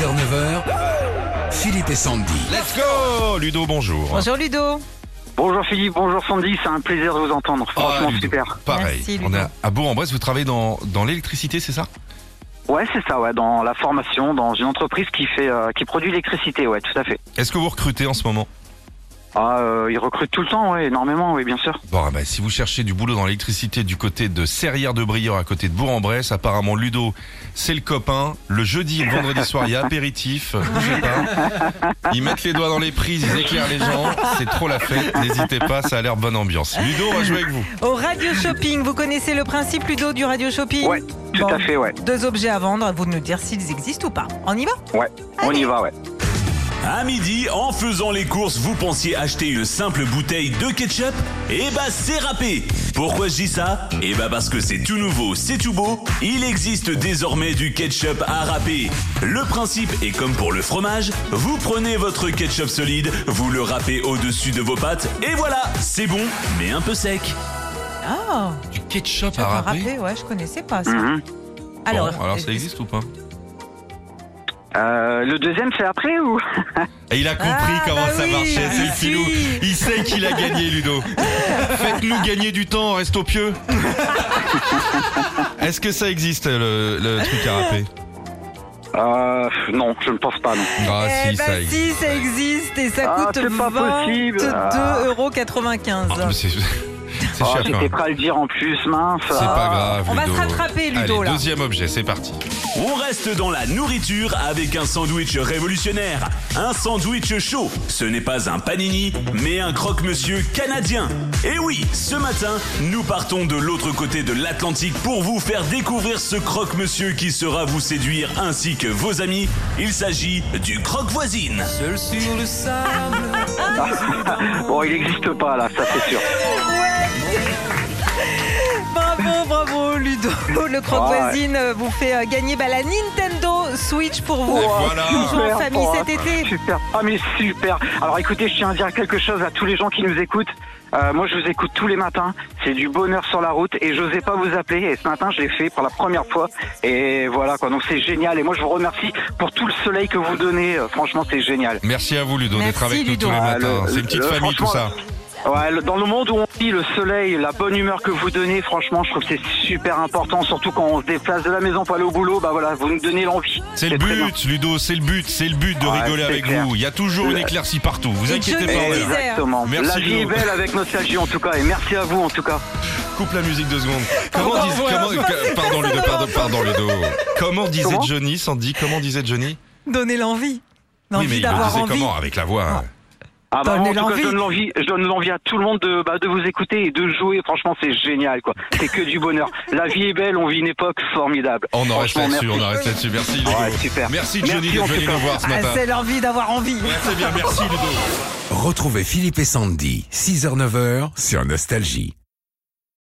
6h-9h, Philippe et Sandy. Let's go Ludo, bonjour. Bonjour Ludo. Bonjour Philippe, bonjour Sandy, c'est un plaisir de vous entendre. Franchement, Ludo, super. pareil. Merci, Ludo. On est à Bourg-en-Bresse, vous travaillez dans l'électricité, c'est ça? Ouais, c'est ça, ouais, dans la formation, dans une entreprise qui produit l'électricité, ouais, tout à fait. Est-ce que vous recrutez en ce moment? Ils recrutent tout le temps, ouais, énormément, oui, bien sûr. Bon, bah, si vous cherchez du boulot dans l'électricité du côté de Serrières-de-Briord, à côté de Bourg-en-Bresse, apparemment Ludo, c'est le copain. Le jeudi et le vendredi soir, il y a apéritif. Bougez pas. Ils mettent les doigts dans les prises, ils éclairent les gens. C'est trop la fête. N'hésitez pas, ça a l'air bonne ambiance. Ludo, on va jouer avec vous. Au radio shopping, vous connaissez le principe Ludo du radio shopping? Ouais, tout à fait, ouais. 2 objets à vendre, à vous de nous dire s'ils existent ou pas. On y va? Ouais, on y va, ouais. À midi, en faisant les courses, vous pensiez acheter une simple bouteille de ketchup? Eh bah c'est râpé. Pourquoi je dis ça? Eh bah parce que c'est tout nouveau, c'est tout beau. Il existe désormais du ketchup à râper. Le principe est comme pour le fromage. Vous prenez votre ketchup solide, vous le râpez au-dessus de vos pâtes et voilà, c'est bon, mais un peu sec. Ah, Du ketchup tu à as râper? rappelé, ouais, je connaissais pas ça. Mhm. Alors, Bon, alors ça existe ou pas? Le deuxième, c'est après ou? Et il a compris Ah, comment bah ça oui, marchait, c'est le si. filou. Il sait qu'il a gagné, Ludo. Faites-nous gagner du temps, reste au pieu. Est-ce que ça existe, le truc à râper? Non, je ne pense pas, non. Ah eh si, ben ça existe. si, ça existe et ça Ah, coûte c'est pas possible. 22,95 €. Ah, mais c'est cher quand J'étais même. prêt à le dire en plus, mince. C'est pas grave, On va Ludo. se rattraper, Ludo, Allez, là. deuxième objet, c'est parti. On reste dans la nourriture avec un sandwich révolutionnaire. Un sandwich chaud. Ce n'est pas un panini, mais un croque-monsieur canadien. Et oui, ce matin, nous partons de l'autre côté de l'Atlantique pour vous faire découvrir ce croque-monsieur qui saura vous séduire ainsi que vos amis. Il s'agit du croque-voisine. Seul sur le sable. Bon, il n'existe pas, là, ça c'est sûr. Bravo Ludo. Le croque-voisine vous fait gagner la Nintendo Switch pour vous. Et voilà. Toujours en famille cet été. Super. Ah mais super. Alors écoutez, je tiens à dire quelque chose à tous les gens qui nous écoutent. Moi je vous écoute tous les matins, c'est du bonheur sur la route et j'osais pas vous appeler et ce matin je l'ai fait pour la première fois et voilà quoi, donc c'est génial et moi je vous remercie pour tout le soleil que vous donnez, franchement c'est génial. Merci à vous, Ludo, Merci, d'être avec nous Ludo. tous les Ah, matins. le- C'est une petite le- famille, tout ça. franchement, Ouais, dans le monde où on vit, le soleil, la bonne humeur que vous donnez, franchement je trouve que c'est super important, surtout quand on se déplace de la maison pour aller au boulot, bah voilà, vous nous donnez l'envie. C'est le très bien. but, Ludo, c'est le but de Ouais, rigoler c'est avec clair. vous. Il y a toujours une éclaircie partout, vous Et inquiétez Johnny pas. disait, voilà. Exactement. Merci, La vie est Ludo. belle avec nostalgie en tout cas et merci à vous en tout cas. Coupe la musique 2 secondes. Pardon, Ludo. Comment disait Comment Johnny, Sandy? Comment disait Johnny? Donner l'envie. Oui, mais il le d'avoir disait envie. comment? Avec la voix. Ah bah Donnez en tout cas, l'envie. je donne l'envie à tout le monde de vous écouter et de jouer. Franchement, c'est génial, quoi. C'est que du bonheur. La vie est belle, on vit une époque formidable. On en reste Franchement, là-dessus, merci. on en reste là-dessus. Merci, Ludo. Ouais, super. Merci, Johnny, Merci, en d'être venu tout cas. nous voir ce Ah, matin. c'est l'envie d'avoir envie. Ouais, c'est bien, merci, Ludo. Retrouvez Philippe et Sandy, 6h-9h sur Nostalgie.